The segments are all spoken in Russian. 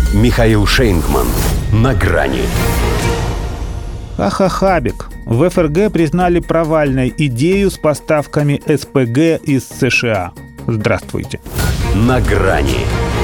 Михаил Шейнгман. На грани. Хабек. В ФРГ признали провальной идею с поставками СПГ из США. Здравствуйте. На грани.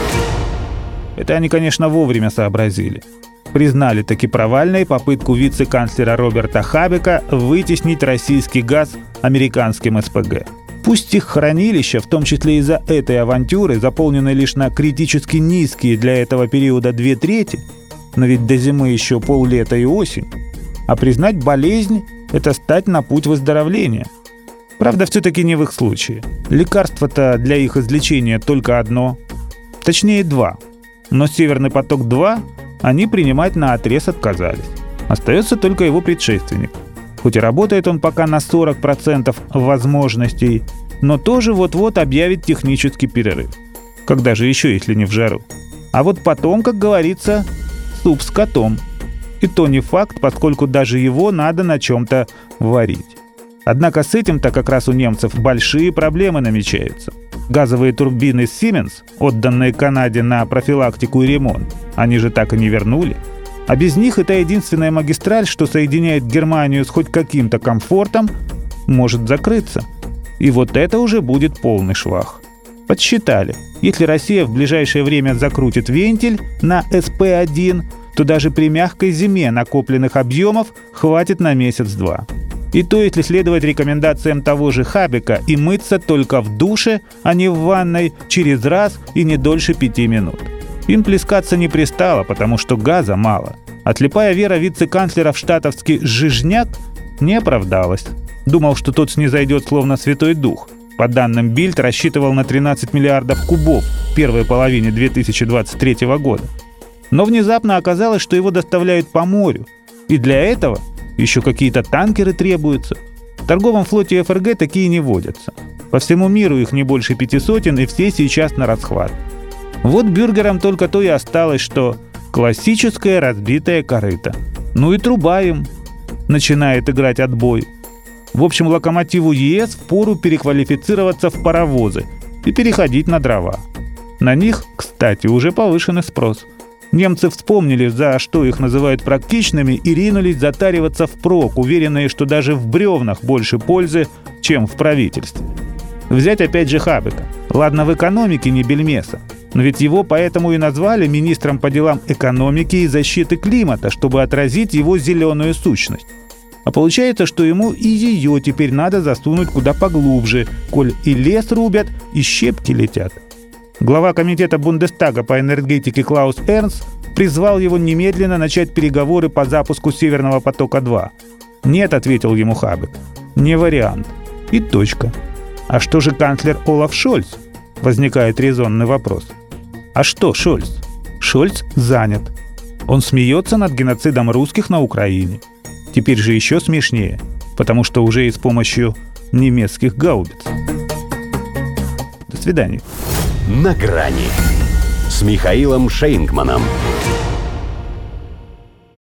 Это они, конечно, вовремя сообразили. Признали таки провальной попытку вице-канцлера Роберта Хабека вытеснить российский газ американским СПГ. Пусть их хранилища, в том числе из-за этой авантюры, заполнены лишь на критически низкие для этого периода 2/3, но ведь до зимы еще поллета и осень. А признать болезнь – это стать на путь выздоровления. Правда, все-таки не в их случае. Лекарство-то для их излечения только одно. Точнее, два. Но «Северный поток-2» они принимать наотрез отказались. Остается только его предшественник. Хоть и работает он пока на 40% возможностей, но тоже вот-вот объявит технический перерыв. Когда же еще, если не в жару? А вот потом, как говорится, суп с котом. И то не факт, поскольку даже его надо на чем-то варить. Однако с этим-то как раз у немцев большие проблемы намечаются. Газовые турбины Siemens, отданные Канаде на профилактику и ремонт, они же так и не вернули. А без них эта единственная магистраль, что соединяет Германию с хоть каким-то комфортом, может закрыться. И вот это уже будет полный швах. Подсчитали, если Россия в ближайшее время закрутит вентиль на СП-1, то даже при мягкой зиме накопленных объемов хватит на месяц-два. И то, если следовать рекомендациям того же Хабека и мыться только в душе, а не в ванной, через раз и не дольше 5 минут. Им плескаться не пристало, потому что газа мало. А слепая вера вице-канцлера в штатовский «Жижняк» не оправдалась. Думал, что тот снизойдет словно Святой Дух. По данным Бильд, рассчитывал на 13 миллиардов кубов в первой половине 2023 года. Но внезапно оказалось, что его доставляют по морю. И для этого еще какие-то танкеры требуются. В торговом флоте ФРГ такие не водятся. По всему миру их не больше 500, и все сейчас на расхват. Вот бюргерам только то и осталось, что классическое разбитое корыто. Ну и труба им начинает играть отбой. В общем, локомотиву ЕС впору переквалифицироваться в паровозы и переходить на дрова. На них, кстати, уже повышенный спрос. Немцы вспомнили, за что их называют практичными, и ринулись затариваться впрок, уверенные, что даже в бревнах больше пользы, чем в правительстве. Взять опять же Хабека. Ладно, в экономике не бельмеса, но ведь его поэтому и назвали министром по делам экономики и защиты климата, чтобы отразить его зеленую сущность. А получается, что ему и ее теперь надо засунуть куда поглубже, коль и лес рубят, и щепки летят. Глава комитета Бундестага по энергетике Клаус Эрнст призвал его немедленно начать переговоры по запуску «Северного потока-2». «Нет», — ответил ему Хабек, — «не вариант». И точка. А что же канцлер Олаф Шольц? Возникает резонный вопрос. А что Шольц? Шольц занят. Он смеется над геноцидом русских на Украине. Теперь же еще смешнее, потому что уже и с помощью немецких гаубиц. До свидания. На грани с Михаилом Шейнгманом.